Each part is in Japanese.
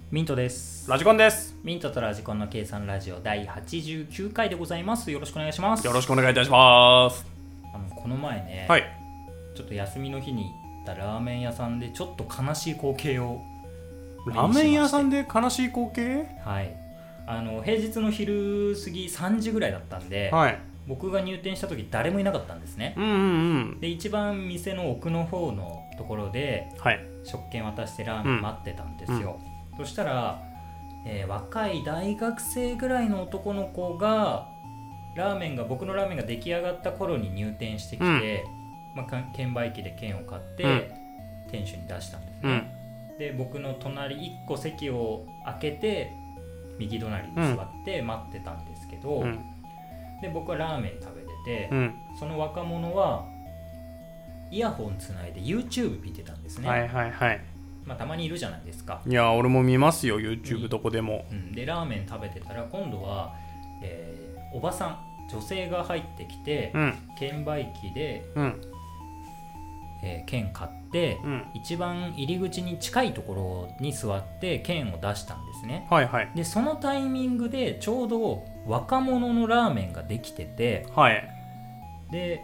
ミントです。 ラジコンです。 ミントとラジコンの計算ラジオ第89回でございます。よろしくお願いします。 よろしくお願いいたします。 この前ね、 はい、 ちょっと休みの日に行ったラーメン屋さんでちょっと悲しい光景をラーメン屋さんで悲しい光景？ はい。平日の昼過ぎ3時ぐらいだったんで、 はい、 僕が入店した時誰もいなかったんですね。で、一番店の奥の方のところで、 はい、 食券渡してラーメン待ってたんですよ。そしたら、若い大学生ぐらいの男の子が僕のラーメンが出来上がった頃に入店してきて、券売機で券を買って、店主に出したんですね。で、僕の隣1個席を空けて右隣に座って待ってたんですけど、で僕はラーメン食べてて、その若者はイヤホンつないで YouTube 見てたんですね。 はいはいはい。 たまにいるじゃないですか。 いや俺も見ますよ YouTube どこでも。 でラーメン食べてたら今度は、おばさん女性が入ってきて、券売機で、券買って、一番入り口に近いところに座って券を出したんですね。 はいはい。 でそのタイミングでちょうど若者のラーメンができてて、 はい、 で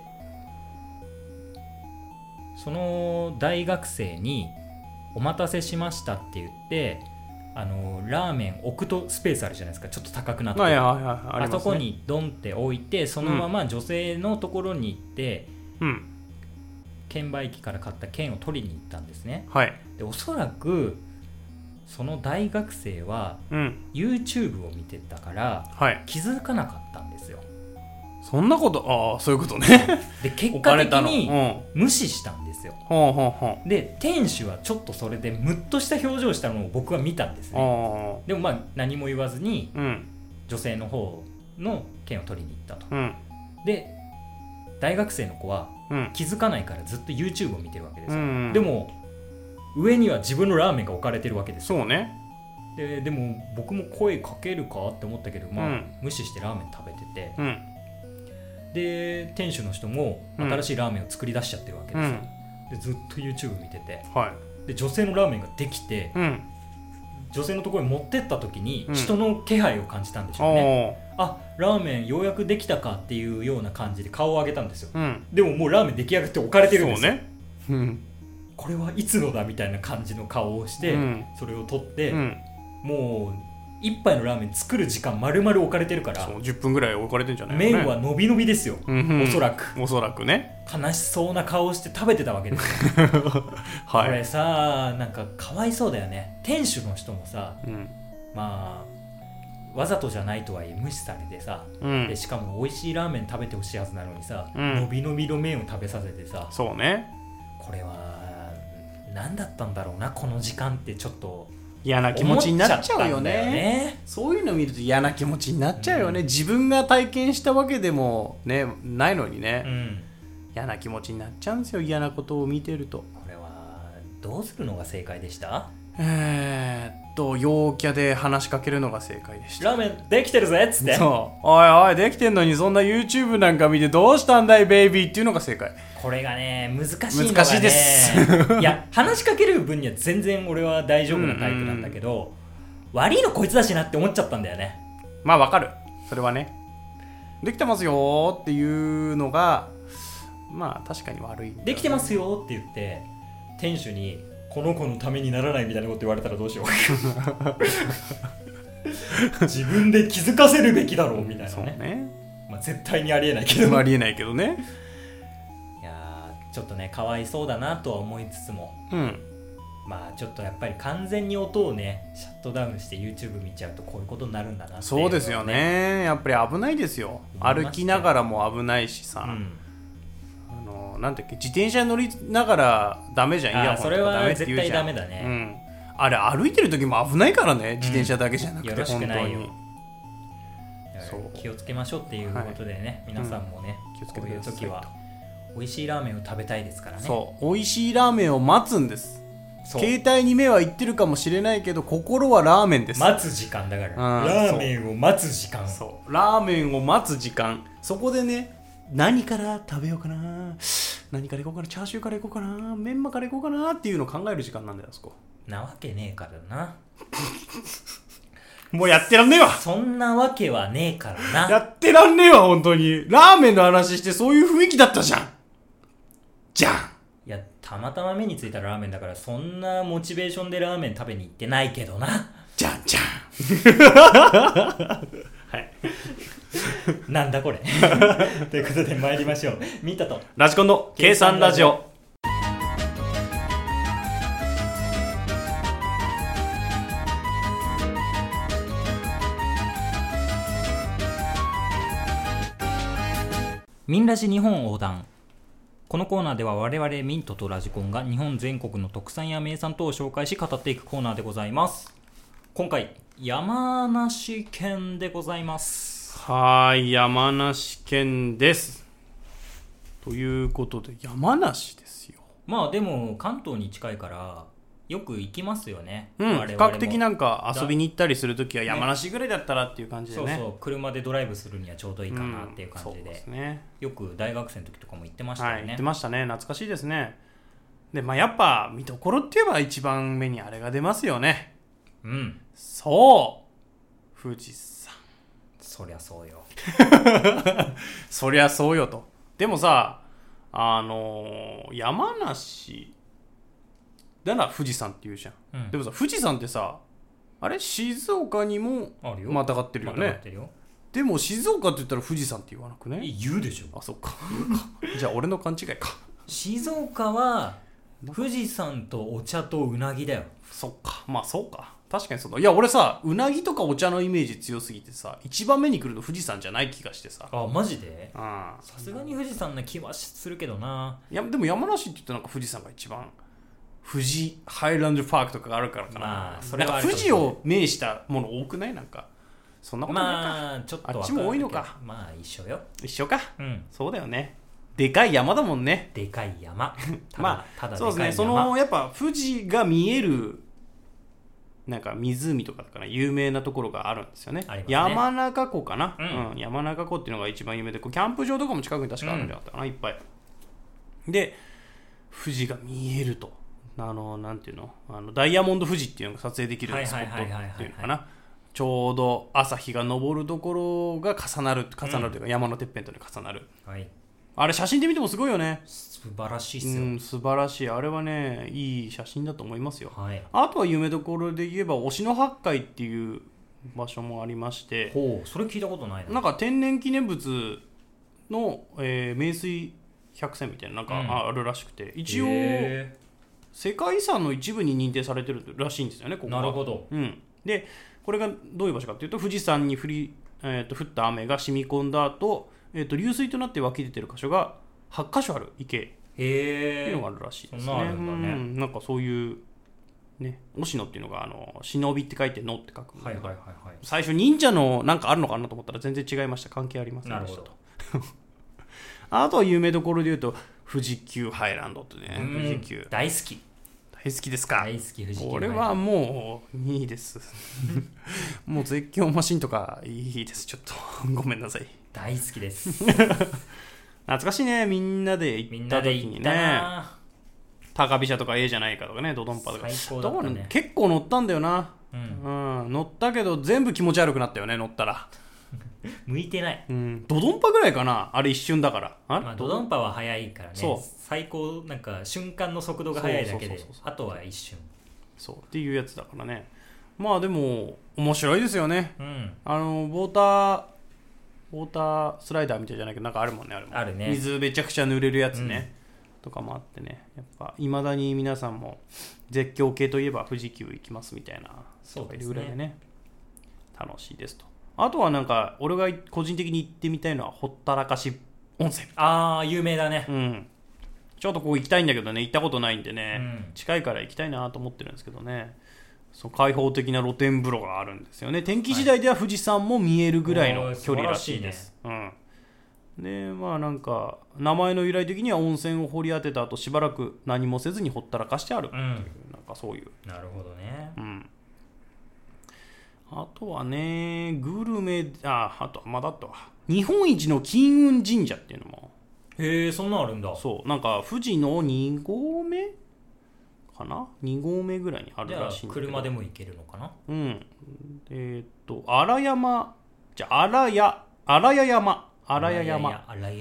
その大学生にお待たせしましたって言ってラーメン置くとスペースあるじゃないですか、ちょっと高くなって、あそこにドンって置いてそのまま女性のところに行って、券売機から買った券を取りに行ったんですね。でおそらくその大学生は、YouTube を見てたから、気づかなかったんですよ。 そんなこと、そういうことね。 で結果的に無視したんですよ。で店主はちょっとそれでムッとした表情をしたのを僕は見たんですね。でも何も言わずに、女性の方の券を取りに行ったと。で大学生の子は、気づかないからずっと YouTube を見てるわけですよ。でも上には自分のラーメンが置かれてるわけですよ。 そうね。 でも僕も声かけるかって思ったけど、無視してラーメン食べてて、で店主の人も新しいラーメンを作り出しちゃってるわけですよ。でずっと YouTube 見てて、で女性のラーメンができて、女性のところに持ってった時に人の気配を感じたんでしょうね。ラーメンようやくできたかっていうような感じで顔を上げたんですよ。でももうラーメン出来上がって置かれてるんですよ。そうね。これはいつのだみたいな感じの顔をして、それを取って、もう一杯のラーメン作る時間丸々置かれてるから、 そう10分ぐらい置かれてんじゃないのね。 麺は伸び伸びですよ、おそらくね。悲しそうな顔をして食べてたわけですよ。これさ、なんかかわいそうだよね。店主の人もさ、わざとじゃないとはいえ無視されてさ、でしかも美味しいラーメン食べてほしいはずなのにさ、伸び伸びの麺を食べさせてさ、 そうね。 これは何だったんだろうな、この時間ってちょっと嫌な気持ちになっちゃうよね。そういうの見ると嫌な気持ちになっちゃうよね。自分が体験したわけでも、ね、ないのにね、嫌な気持ちになっちゃうんですよ、嫌なことを見てると。 これはどうするのが正解でした？ 陽キャで話しかけるのが正解でした。 ラーメンできてるぜっつって、 おいおいできてんのにそんな YouTube なんか見てどうしたんだいベイビーっていうのが正解。 これがね難しいのがね、 難しいです。 いや話しかける分には全然俺は大丈夫なタイプなんだけど、悪いのこいつだしなって思っちゃったんだよね。 わかる、それはね。できてますよっていうのが確かに悪い、 できてますよって言って店主にこの子のためにならないみたいなこと言われたらどうしよう。自分で気づかせるべきだろうみたいなね。 そうね。 絶対にありえないけど。 ありえないけどね。 いやちょっとねかわいそうだなとは思いつつも、ちょっとやっぱり完全に音をねシャットダウンして YouTube 見ちゃうとこういうことになるんだなっていう、 そうですよね。やっぱり危ないですよ。歩きながらも危ないしさ、なんだっけ、自転車乗りながらダメじゃん、イヤホンとかダメって言うじゃん。それは絶対ダメだね。あれ歩いてる時も危ないからね、自転車だけじゃなくて、 よろしくないよ。 本当に気をつけましょうっていうことでね、皆さんもね、こういう時は美味しいラーメンを食べたいですからね。 そう美味しいラーメンを待つんです。携帯に目は行ってるかもしれないけど心はラーメンです。 待つ時間だから、ラーメンを待つ時間。 ラーメンを待つ時間、そこでね何から食べようかな、何からいこうかな、チャーシューからいこうかな、メンマからいこうかなっていうのを考える時間なんだよ、あそこ。 なわけねえからな。 もうやってらんねえわ。 そんなわけはねえからな。 やってらんねえわ、本当に。ラーメンの話してそういう雰囲気だったじゃん。じゃん。 いや、たまたま目についたラーメンだから、そんなモチベーションでラーメン食べに行ってないけどな。 じゃんじゃん。はい。 なんだこれ。ということで参りましょう。ミンタとラジコンの計算ラジオ。 ミンラジ日本横断。このコーナーでは我々ミントとラジコンが日本全国の特産や名産等を紹介し語っていくコーナーでございます。今回山梨県でございます。 はい、山梨県です。ということで山梨ですよ。 まあでも関東に近いからよく行きますよね。 比較的なんか遊びに行ったりするときは山梨ぐらいだったらっていう感じでね。 そうそう、車でドライブするにはちょうどいいかなっていう感じで、そうですね、よく大学生の時とかも行ってましたよね。 はい、行ってましたね。懐かしいですね。で、やっぱ見どころって言えば一番目にあれが出ますよね。そう、富士山。 そりゃそうよ。 そりゃそうよと。でもさ、山梨だな、富士山って言うじゃん。でもさ、富士山ってさ、あれ静岡にもまたがってるよね。でも静岡って言ったら富士山って言わなくね？ 言うでしょ。 あ、そっか。じゃあ俺の勘違いか。 静岡は富士山とお茶とうなぎだよ。 そっか。まあそうか。確かにそうだ。いや俺さ、うなぎとかお茶のイメージ強すぎてさ、一番目に来るの富士山じゃない気がしてさ。 あ、マジで？ さすがに富士山な気はするけどな。 いやでも山梨って言ったらなんか富士山が一番、富士ハイランドパークとかがあるからかな。それはなんか富士を名したもの多くない？なんかそんなことないか。 まあちょっとあっちも多いのか。 まあ一緒よ。 一緒か。そうだよね。でかい山だもんね。 でかい山。 まあただでかい山。そうですね。そのやっぱ富士が見えるなんか湖とかだから有名なところがあるんですよね。山中湖かな。山中湖っていうのが一番有名で、キャンプ場とかも近くに確かあるんじゃなかったかな、いっぱい。で、富士が見えると。なんていうの、ダイヤモンド富士っていうのが撮影できるスポットっていうのかな。ちょうど朝日が昇るところが重なるというか、山のてっぺんと重なる。あれ写真で見てもすごいよね。 素晴らしいっすよ。 素晴らしい。あれはね、いい写真だと思いますよ。あとは有名どころで言えば忍野八海っていう場所もありまして、 それ聞いたことないな。 なんか天然記念物の、名水百選みたいななんかあるらしくて、一応世界遺産の一部に認定されてるらしいんですよね、ここは。 なるほど。 で、これがどういう場所かというと、富士山に降った雨が染み込んだ後、流水となって湧き出てる箇所が8箇所ある池っていうのがあるらしいですね。なんかそういうね、忍野っていうのが忍びって書いて野って書く。最初忍者のなんかあるのかなと思ったら全然違いました。関係ありませんでしたと。あとは有名どころで言うと富士急ハイランドってね。富士急大好き。 大好きですか？ 大好き。富士急。 俺はもういいです。もう絶叫マシンとかいいです。ちょっとごめんなさい。 大好きです。 懐かしいね。みんなで行った時にね。高飛車とかええじゃないかとかね、ドドンパとか。 最高だったね。 結構乗ったんだよな。乗ったけど全部気持ち悪くなったよね、乗ったら。 向いてない。 ドドンパぐらいかな、あれ一瞬だから。 ドドンパは速いからね。最高なんか瞬間の速度が速いだけで、あとは一瞬。 そうっていうやつだからね。まあでも面白いですよね。ウォータースライダーみたいじゃないけどなんかあるもんね。 あるね。 水めちゃくちゃ濡れるやつね、とかもあってね。やっぱいまだに皆さんも絶叫系といえば富士急行きますみたいな人がいるぐらいでね、楽しいですと。あとはなんか俺が個人的に行ってみたいのはほったらかし温泉。 有名だね。 ちょっとここ行きたいんだけどね、行ったことないんでね、近いから行きたいなと思ってるんですけどね。そう開放的な露天風呂があるんですよね。天気次第では富士山も見えるぐらいの距離らしいです。でまあなんか名前の由来的には温泉を掘り当てた後しばらく何もせずにほったらかしてあるっていう、なんかそういう。 なるほどね。 あとはねグルメあとまだあったわ。日本一の金運神社っていうのもへえ、そんなんあるんだ。 そう、なんか富士の2合目かな、2合目ぐらいにあるらしいんだけど。 車でも行けるのかな。 うん。荒山、じゃあ荒谷山、荒谷山、 荒谷山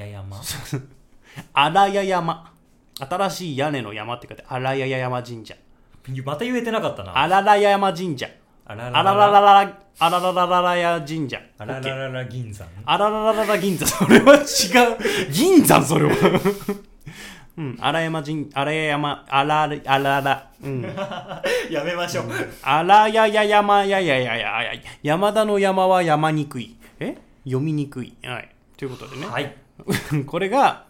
荒谷山、新しい屋根の山って書いて荒谷山神社。 また言えてなかったな。 荒谷山神社。あらららららあらららららや神社。 あらららら銀山。 あららららら銀山。それは違う。銀山それは。うん。荒山神、荒山、あらら。うん。 やめましょう。 あらやや山ややややや。山田の山は山にくい。読みにくい。はい。ということでね。 はい。 これが、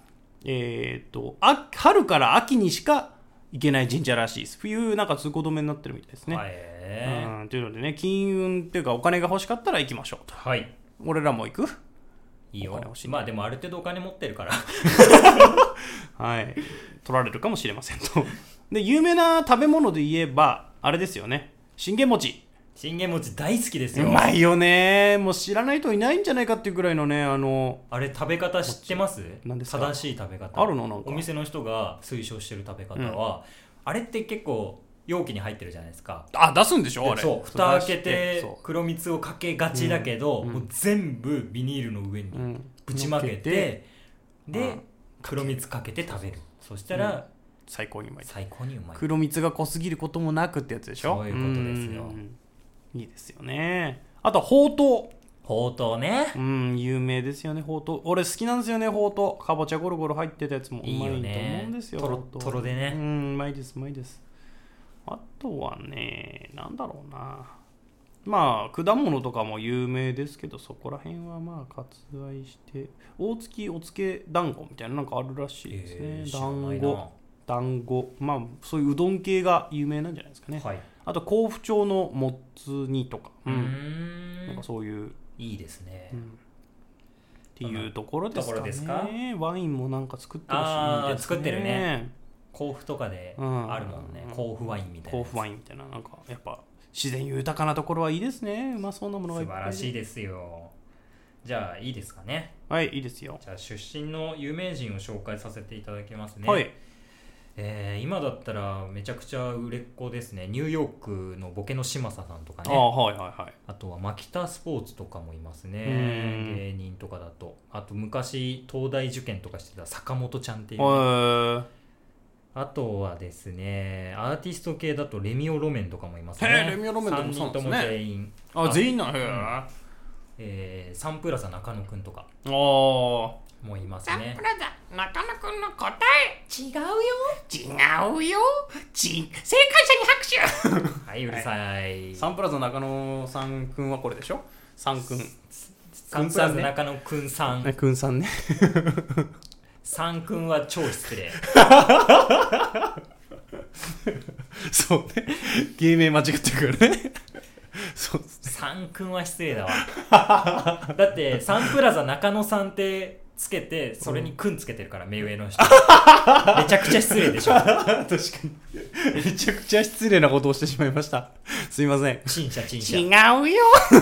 春から秋にしか行けない神社らしいです。冬なんか通行止めになってるみたいですね。というのでね、金運っていうかお金が欲しかったら行きましょうと。 はい。 俺らも行く？ いいよ。まあでもある程度お金持ってるから。 はい。取られるかもしれませんと。で、有名な食べ物で言えば、あれですよね。信玄餅。 信玄餅大好きですよ。 うまいよね。もう知らない人いないんじゃないかっていうぐらいのね、 あれ食べ方知ってます？ 何ですか？ 正しい食べ方。 あるの？なんかお店の人が推奨してる食べ方は、あれって結構容器に入ってるじゃないですか。 出すんでしょあれ。 そう、蓋開けて黒蜜をかけがちだけど、もう全部ビニールの上にぶちまけて、で黒蜜かけて食べる。そしたら、 最高にうまい。 黒蜜が濃すぎることもなくってやつでしょ。 そういうことですよ。 いいですよね。あとほうとう。 ほうとうね。 有名ですよね、ほうとう。俺好きなんですよね、ほうとう。かぼちゃゴロゴロ入ってたやつもうまいと思うんですよ。 トロトロでね。 うまいです、うまいです。あとはね、なんだろうな。まあ、果物とかも有名ですけど、そこら辺はまあ、割愛して、大月おつけ団子みたいななんかあるらしいですね。団子。まあ、そういううどん系が有名なんじゃないですかね。 はい。 あと甲府町のもつ煮とか、なんかそういういいですね、 っていうところですかね。ワインもなんか作ってるし、 作ってるね。甲府とかであるもんね、甲府ワインみたいな。 甲府ワインみたいな、なんかやっぱ自然豊かなところはいいですね。うまそうなものがいっぱい。 素晴らしいですよ。じゃあいいですかね。 はい、いいですよ。 じゃあ出身の有名人を紹介させていただきますね。 はい。 今だったらめちゃくちゃ売れっ子ですね。ニューヨークのボケの嶋佐さんとかね。あとはマキタスポーツとかもいますね。芸人とかだと。あと昔東大受験とかしてた坂本ちゃんっていう、ね、あとはですね、アーティスト系だとレミオロメンとかもいますね。 レミオロメンともそうですね。 3人とも全員。 全員なの？ サンプラザ中野くんとかもいますね。 サンプラザ中野くんの答え違うよ正解者に拍手。 はい、うるさい。 サンプラザ中野さんくんはこれでしょ。サンくん。 サンプラザ中野くんさん。 くんさんね。 サンくんは超失礼。 そうね。芸名間違ってるからね。 そうサンくんは失礼だわ。だってサンプラザ中野さんってつけてそれにくんつけてるから、目上の人。めちゃくちゃ失礼でしょ。 確かにめちゃくちゃ失礼なことをしてしまいました。すいません。 陳謝。 違うよ。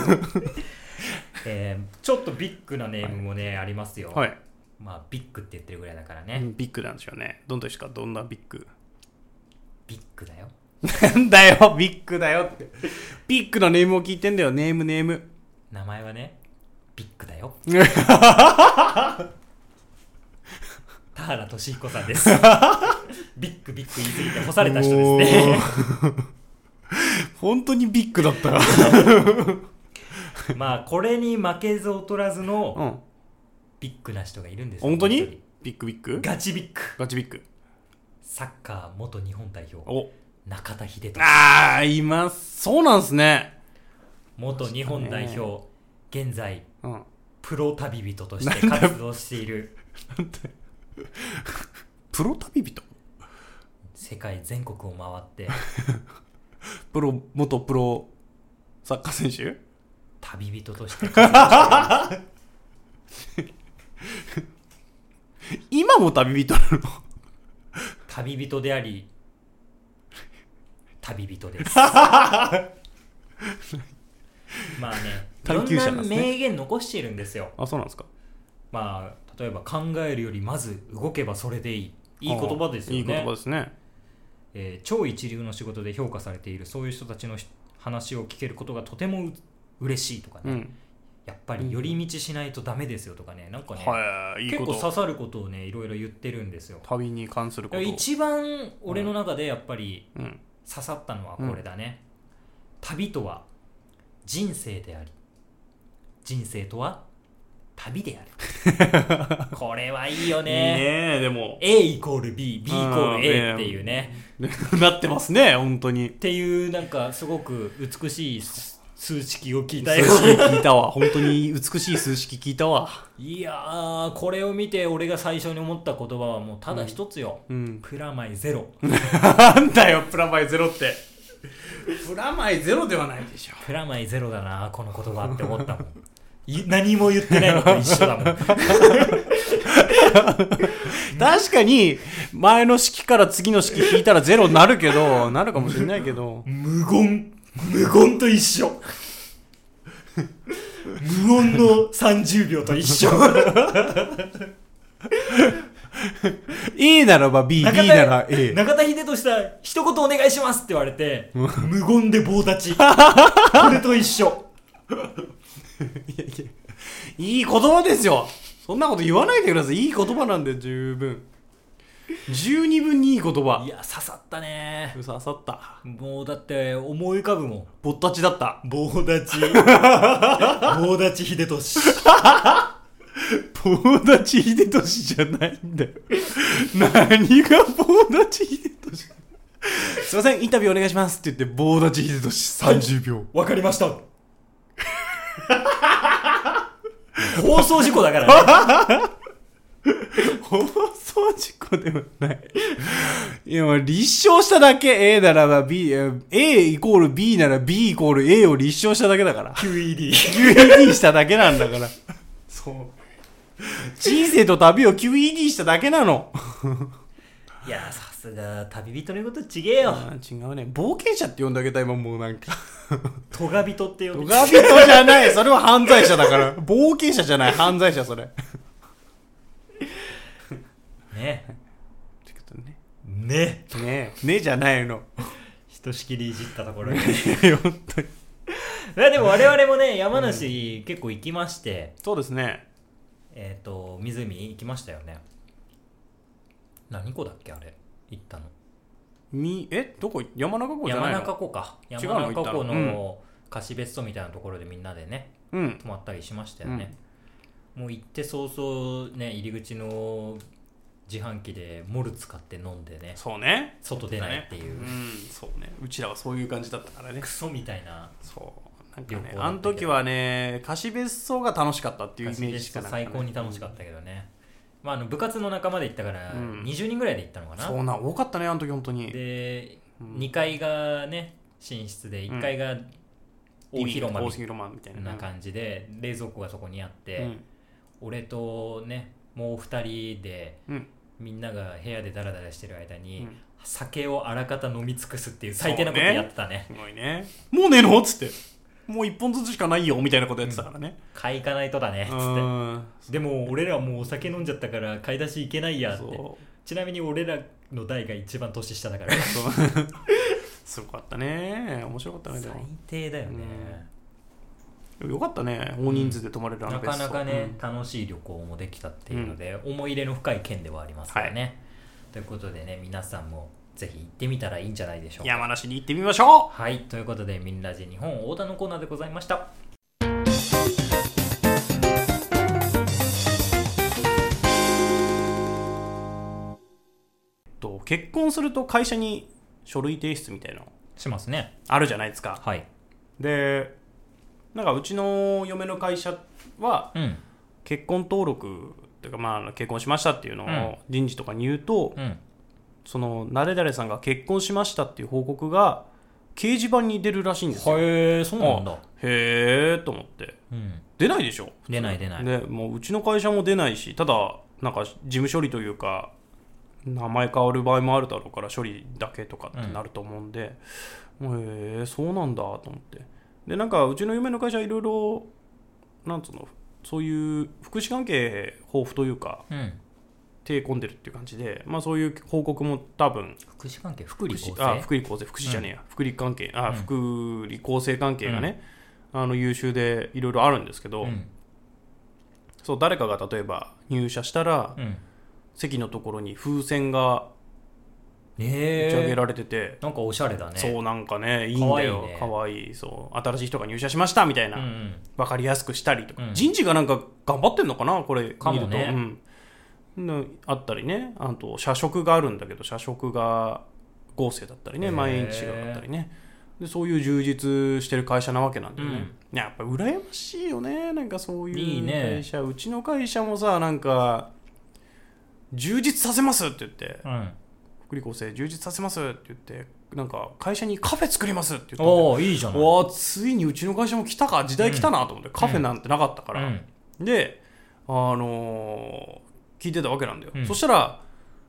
ちょっとビッグなネームもね、ありますよ。 はい。 まあビッグって言ってるぐらいだからね。 ビッグなんでしょうね。どんなビッグ？ ビッグだよ。 なんだよ、ビッグだよって。ビッグなネームを聞いてんだよ。ネーム。 名前はね、ビッグだよ。田原俊彦さんです。ビッグ言い過ぎて干された人ですね。 本当にビッグだったら。 まあこれに負けず劣らずのビッグな人がいるんですよ。 本当にビッグ？ ガチビッグ。サッカー元日本代表中田英寿。 います。そうなんすね。 元日本代表、現在、プロ旅人として活動している。 プロ旅人？ 世界全国を回って元プロサッカー選手？ 旅人として活動している。 今も旅人なの？ 旅人であり旅人です。まあね、いろんな名言残しているんですよ。 そうなんですか。 まあ例えば考えるよりまず動けばそれでいい、いい言葉ですよね。 いい言葉ですね。 超一流の仕事で評価されているそういう人たちの話を聞けることがとても嬉しいとかね、やっぱり寄り道しないとダメですよとかね、なんかね、いい結構刺さることをねいろいろ言ってるんですよ。 旅に関すること。 一番俺の中でやっぱり刺さったのはこれだね、旅とは人生であり、人生とは旅であるこれはいいよね。 いいね。でも A イコール B、B イコール A っていうねなってますね本当に。 っていうなんかすごく美しい数式を聞いたよ。 数式聞いたわ。本当に美しい数式聞いたわ。 いやー、これを見て俺が最初に思った言葉はもうただ一つよ、プラマイゼロなんだよプラマイゼロって。プラマイゼロではないでしょ。 プラマイゼロだなこの言葉って思ったもん何も言ってないのと一緒だもん確かに前の式から次の式引いたらゼロになるけどなるかもしれないけど無言と一緒無音の30秒と一緒 A ならば B、B なら A。 中田秀俊さん一言お願いしますって言われて無言で棒立ちこれと一緒いい言葉ですよ。そんなこと言わないでください。いい言葉なんで十分十二分にいい言葉。 いや刺さったね。 刺さった。 もうだって思い浮かぶもん。 ぼったちだった。 棒立ち棒立ち秀俊棒立ち秀俊じゃないんだよ何が棒立ち秀俊すいませんインタビューお願いしますって言って棒立ち秀俊30秒。 わかりました放送事故だからね放送事故ではない。いや、立証しただけ。 A ならば B、 A イコール B なら B イコール A を立証しただけだから。 QED しただけなんだから。そう、人生と旅を QED しただけなのいやさすが旅人のことちげえよ。 違うね。冒険者って呼んであげたいもん。もうなんかトガ人って呼んで。 トガ人じゃない。それは犯罪者だから。冒険者じゃない。犯罪者それねってことね。 ねじゃないの。 ひとしきりいじったところに本当に。 でも我々もね山梨結構行きまして、 そうですね。 湖行きましたよね。何湖だっけあれ行ったの。 どこ山中湖じゃないの？ 山中湖か。山中湖の貸別荘みたいなところでみんなでね、泊まったりしましたよね。もう行って早々ね入り口の自販機でモルツ買って飲んでね。 そうね。 外出ないっていう。 そうね。うちらはそういう感じだったからね。 クソみたいな。 そうなんかね。あの時はね貸別荘が楽しかったっていうイメージしかなかった、ね。 最高に楽しかったけどね。まあ、部活の仲間で行ったから20人ぐらいで行ったのかな。 そうな多かったねあの時本当に。 で、2階がね寝室で1階が大広間みたいな感じで冷蔵庫がそこにあって、俺とねもう2人で、みんなが部屋でダラダラしてる間に、酒をあらかた飲み尽くすっていう最低なことやってたね。 すごいね。もうねえのっつってもう1本ずつしかないよみたいなことやってたからね。 買い行かないとだねっつって。でも俺らもうお酒飲んじゃったから買い出し行けないやって。ちなみに俺らの代が一番年下だからすごかったね。面白かったね。でも最低だよね。 よかったね。大人数で泊まれるなかなかね、楽しい旅行もできたっていうので、思い入れの深い県ではありますからね、ということでね皆さんもぜひ行ってみたらいいんじゃないでしょうか。 山梨に行ってみましょう。はい、ということでミンラジ日本横断のコーナーでございました。 結婚すると会社に書類提出みたいなのしますね。 あるじゃないですか。 はい。 でなんかうちの嫁の会社は、結婚登録っていうか、まあ、結婚しましたっていうのを人事とかに言うと、その誰々さんが結婚しましたっていう報告が掲示板に出るらしいんですよ。 へえ、そうなんだ。 へえと思って、出ないでしょ。 出ないでもううちの会社も出ないし、ただなんか事務処理というか名前変わる場合もあるだろうから処理だけとかってなると思うんで、へえそうなんだと思って。でなんかうちの嫁の会社はいろいろなんつうのそういう福祉関係豊富というか、手込んでるっていう感じで、そういう報告も多分福祉関係、福利厚生、 福祉じゃねえや、福利関係、福利厚生関係がね、優秀でいろいろあるんですけど、そう誰かが例えば入社したら、席のところに風船が打ち上げられてて、 なんかおしゃれだね。 そうなんかねいいんだよ、かわいい。そう新しい人が入社しましたみたいな、分かりやすくしたりとか、人事がなんか頑張ってんのかなこれ見るとかもね、あったりね。あと社食があるんだけど、社食が合成だったりね、毎日があったりね。でそういう充実してる会社なわけなんだよね、やっぱ羨ましいよね。なんかそういう会社、いいね。うちの会社もさ、なんか充実させますって言って、福利厚生充実させますって言って、なんか会社にカフェ作りますって言って、 いいじゃない。 ついにうちの会社も来たか、時代来たなと思って、カフェなんてなかったから、で聞いてたわけなんだよ、そしたら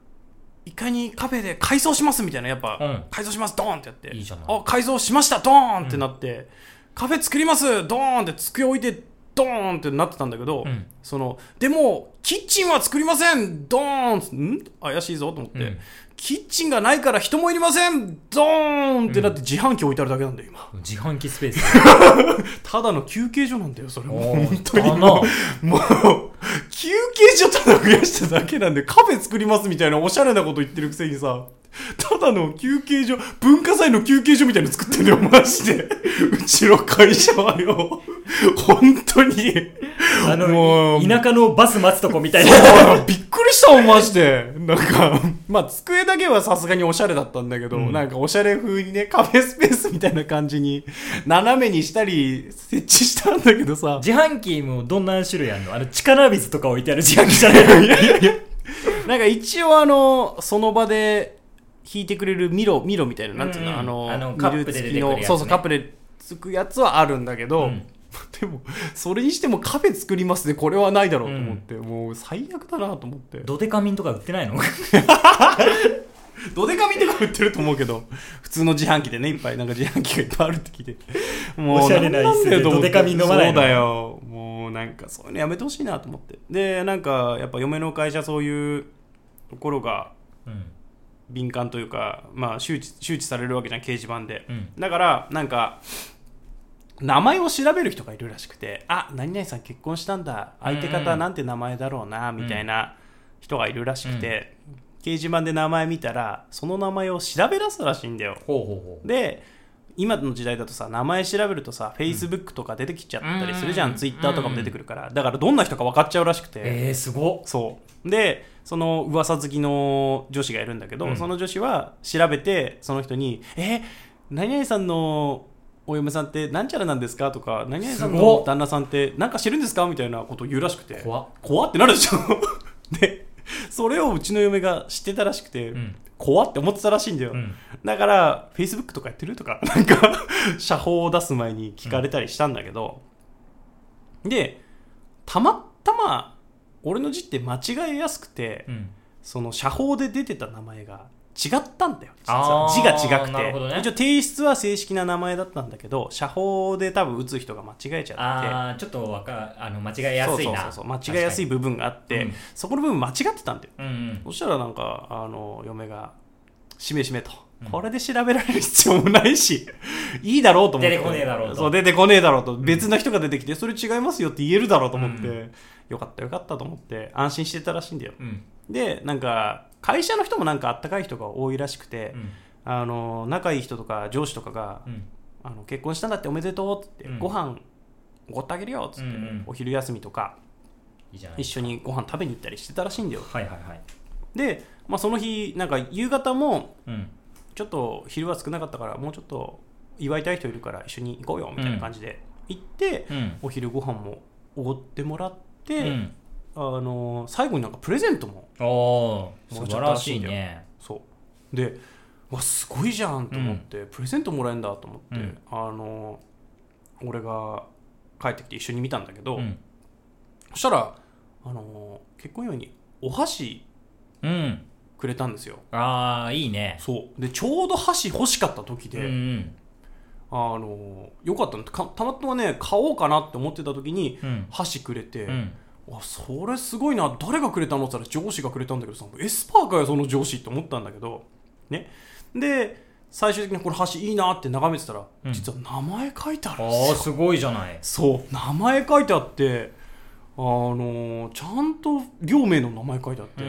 1階にカフェで改装しますみたいな、やっぱ、改装しますドーンってやって、 いいじゃない。 改装しましたドーンってなって、カフェ作りますドーンって机置いてドーンってなってたんだけど、でもキッチンは作りませんドーン怪しいぞと思って、キッチンがないから人もいりませんドーンってなって、自販機置いてあるだけなんだよ今。 自販機スペースただの休憩所なんだよそれも。本当にもう休憩所ただ増やしただけなんで、カフェ作りますみたいなおしゃれなこと言ってるくせにさ、ただの休憩所、文化祭の休憩所みたいなの作ってんだよマジで。うちの会社はよ本当にもう田舎のバス待つとこみたいなびっくりしたもんマジで。なんか机だけはさすがにおしゃれだったんだけど、なんかおしゃれ風にね、カフェスペースみたいな感じに斜めにしたり設置したんだけどさ。 自販機もどんな種類あるの？力水とか置いてある自販機じゃないの？ いやいやなんか一応その場で引いてくれるミロみたいな、なんていうの、 カップで出てくるやつね。 そうカップでつくやつはあるんだけど、でもそれにしてもカフェ作りますね、これはないだろうと思って、もう最悪だなと思って。 ドデカミンとか売ってないの？ ドデカミンとか売ってると思うけど、普通の自販機でね、いっぱいなんか自販機がいっぱいあるって聞いて、 もうおしゃれな椅子でドデカミン飲まないの？ そうだよ、もうなんかそういうのやめてほしいなと思って。でなんかやっぱ嫁の会社、そういうところが敏感というか、周知されるわけじゃん、掲示板で、だからなんか名前を調べる人がいるらしくて、何々さん結婚したんだ、相手方なんて名前だろうなみたいな人がいるらしくて、掲示板で名前見たらその名前を調べ出すらしいんだよ。で今の時代だとさ、名前調べるとさ、Facebook とか出てきちゃったりするじゃん、Twitter とかも出てくるから、だからどんな人か分かっちゃうらしくて、 すごっ。 そうで、その噂好きの女子がいるんだけど、その女子は調べて、その人に何々さんのお嫁さんってなんちゃらなんですかとか、何々さんの旦那さんってなんか知るんですかみたいなことを言うらしくて、怖ってなるでしょでそれをうちの嫁が知ってたらしくて、怖って思ってたらしいんだよ、だから Facebook とかやってるとか、なんか社報を出す前に聞かれたりしたんだけど、でたまたま俺の字って間違えやすくて、その社報で出てた名前が違ったんだよ、実は字が違くて、一応提出は正式な名前だったんだけど、社報で多分打つ人が間違えちゃって、 ちょっと間違えやすいな。 そう間違えやすい部分があって、そこの部分間違ってたんだよ、そしたらなんか嫁がしめと、これで調べられる必要もないしいいだろうと思って、 出てこねえだろうと、 そう出てこねえだろうと、別な人が出てきてそれ違いますよって言えるだろうと思って、よかったと思って安心してたらしいんだよ、でなんか会社の人もなんかあったかい人が多いらしくて、仲いい人とか上司とかが、結婚したんだっておめでとうって言って、ご飯おごってあげるよっつって、お昼休みとか一緒にご飯食べに行ったりしてたらしいんだよ。で、その日なんか夕方も、ちょっと昼は少なかったからもうちょっと祝いたい人いるから一緒に行こうよみたいな感じで行って、お昼ご飯もおごってもらって、最後になんかプレゼントも素晴らしいね。 そうで、すごいじゃんと思って、プレゼントもらえるんだと思って、俺が帰ってきて一緒に見たんだけど、そしたら結婚祝いにお箸くれたんですよ。 いいね。 そうでちょうど箸欲しかった時で、 よかったのたまたまね買おうかなって思ってた時に、箸くれて、それすごいな、誰がくれたのって言ったら上司がくれたんだけどさ、エスパーかよその上司って思ったんだけどね。で最終的にこれ箸いいなって眺めてたら、実は名前書いてあるんですよ。 すごいじゃない。 そう名前書いてあって、ちゃんと両名の名前書いてあって、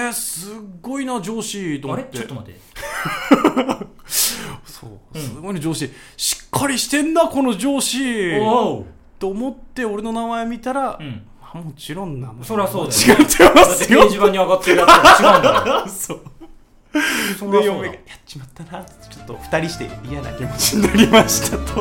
すっごいな上司と思って。 あれちょっと待ってそうすごいね上司、しっかりしてんなこの上司と思って俺の名前見たら、もちろん名前そりゃそうだよ、ね、 間違ってますよ。 だって掲示板に上がってるやつは違うんだよそうで嫁がやっちまったなってちょっと2人して嫌な気持ちになりましたと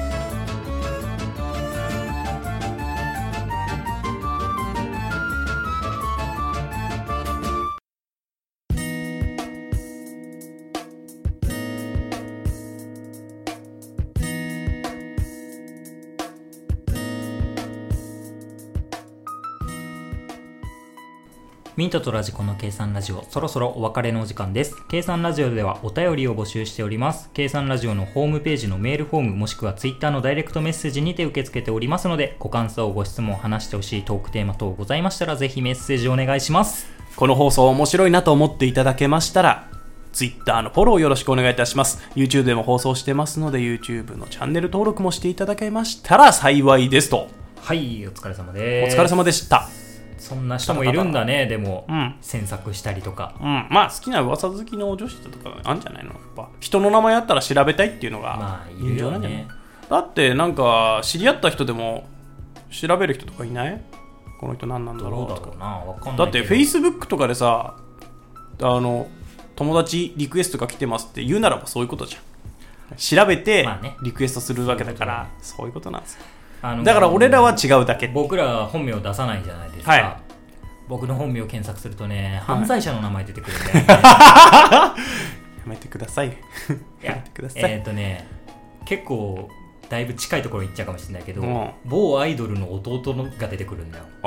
ミントとラジコの計算ラジオ、そろそろお別れのお時間です。計算ラジオではお便りを募集しております。計算ラジオのホームページのメールフォームもしくはツイッターのダイレクトメッセージにて受け付けておりますので、ご感想、ご質問、話してほしいトークテーマ等ございましたらぜひメッセージお願いします。 この放送面白いなと思っていただけましたらツイッターのフォローよろしくお願いいたします。 YouTube でも放送してますので YouTube のチャンネル登録もしていただけましたら幸いですと。 はい、お疲れ様です。 お疲れ様でした。 そんな人もいるんだね。でも、詮索したりとか、 まあ好きな噂好きの女子とかあるんじゃないの。やっぱ人の名前あったら調べたいっていうのがいるよね。 だってなんか知り合った人でも調べる人とかいない？この人何なんだろうとか。 どうだろうな、わかんないけど。 だって Facebook とかでさ、友達リクエストが来てますって言うならばそういうことじゃん。調べてリクエストするわけだから、そういうことなんですよ。だから俺らは違うだけ。 僕らは本名を出さないじゃないですか、僕の本名を検索するとね、犯罪者の名前出てくるんだよねやめてくださいやめてください。 結構だいぶ近いところに行っちゃうかもしれないけど、某アイドルの弟が出てくるんだよ。そ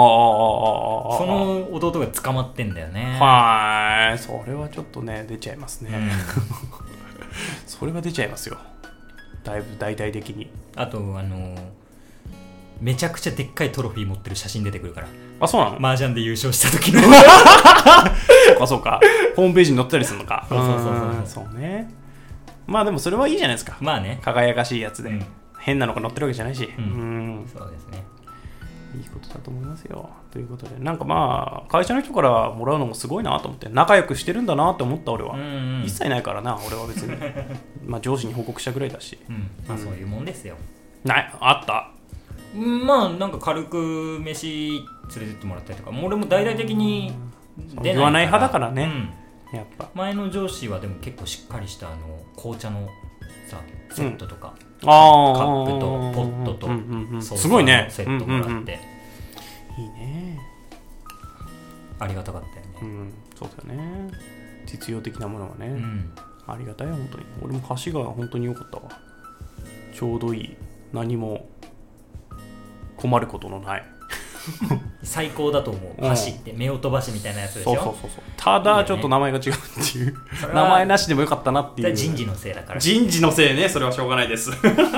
の弟が捕まってんだよね。 それはちょっとね出ちゃいますね、それは出ちゃいますよ、だいぶ大々的に。 あとめちゃくちゃでっかいトロフィー持ってる写真出てくるから。 あ、そうなの？ 麻雀で優勝した時のそうかホームページに載ったりするのか。 そうね。まあでもそれはいいじゃないですか。 まあね、 輝かしいやつで、変なのが載ってるわけじゃないし、 そうですね、 いいことだと思いますよ。ということで、なんかまあ会社の人からもらうのもすごいなと思って、仲良くしてるんだなと思った俺は。一切ないからな俺は別にまあ上司に報告したぐらいだし、 まあそういうもんですよ。 あったまあなんか軽く飯連れてってもらったりとか、俺も大々的に言わない派だからね、やっぱ前の上司はでも結構しっかりした紅茶のさセットとか、カップとポットとソースのセットもらって、 いいね、 ありがたかったよね。 そうだよね、実用的なものはね、ありがたいよ本当に。俺も箸が本当に良かったわ。ちょうどいい、何も困ることのない最高だと思う。箸って夫婦箸みたいなやつでしょ。 そうただちょっと名前が違うっていう名前なしでもよかったなっていう。 人事のせいだから。 人事のせいね、それはしょうがないです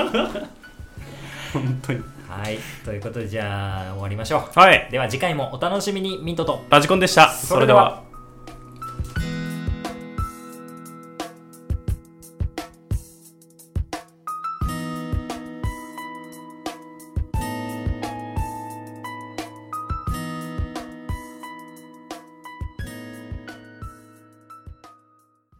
本当に。 はい、ということでじゃあ終わりましょう。 はい、 では次回もお楽しみに。ミントとラジコンでした。それでは。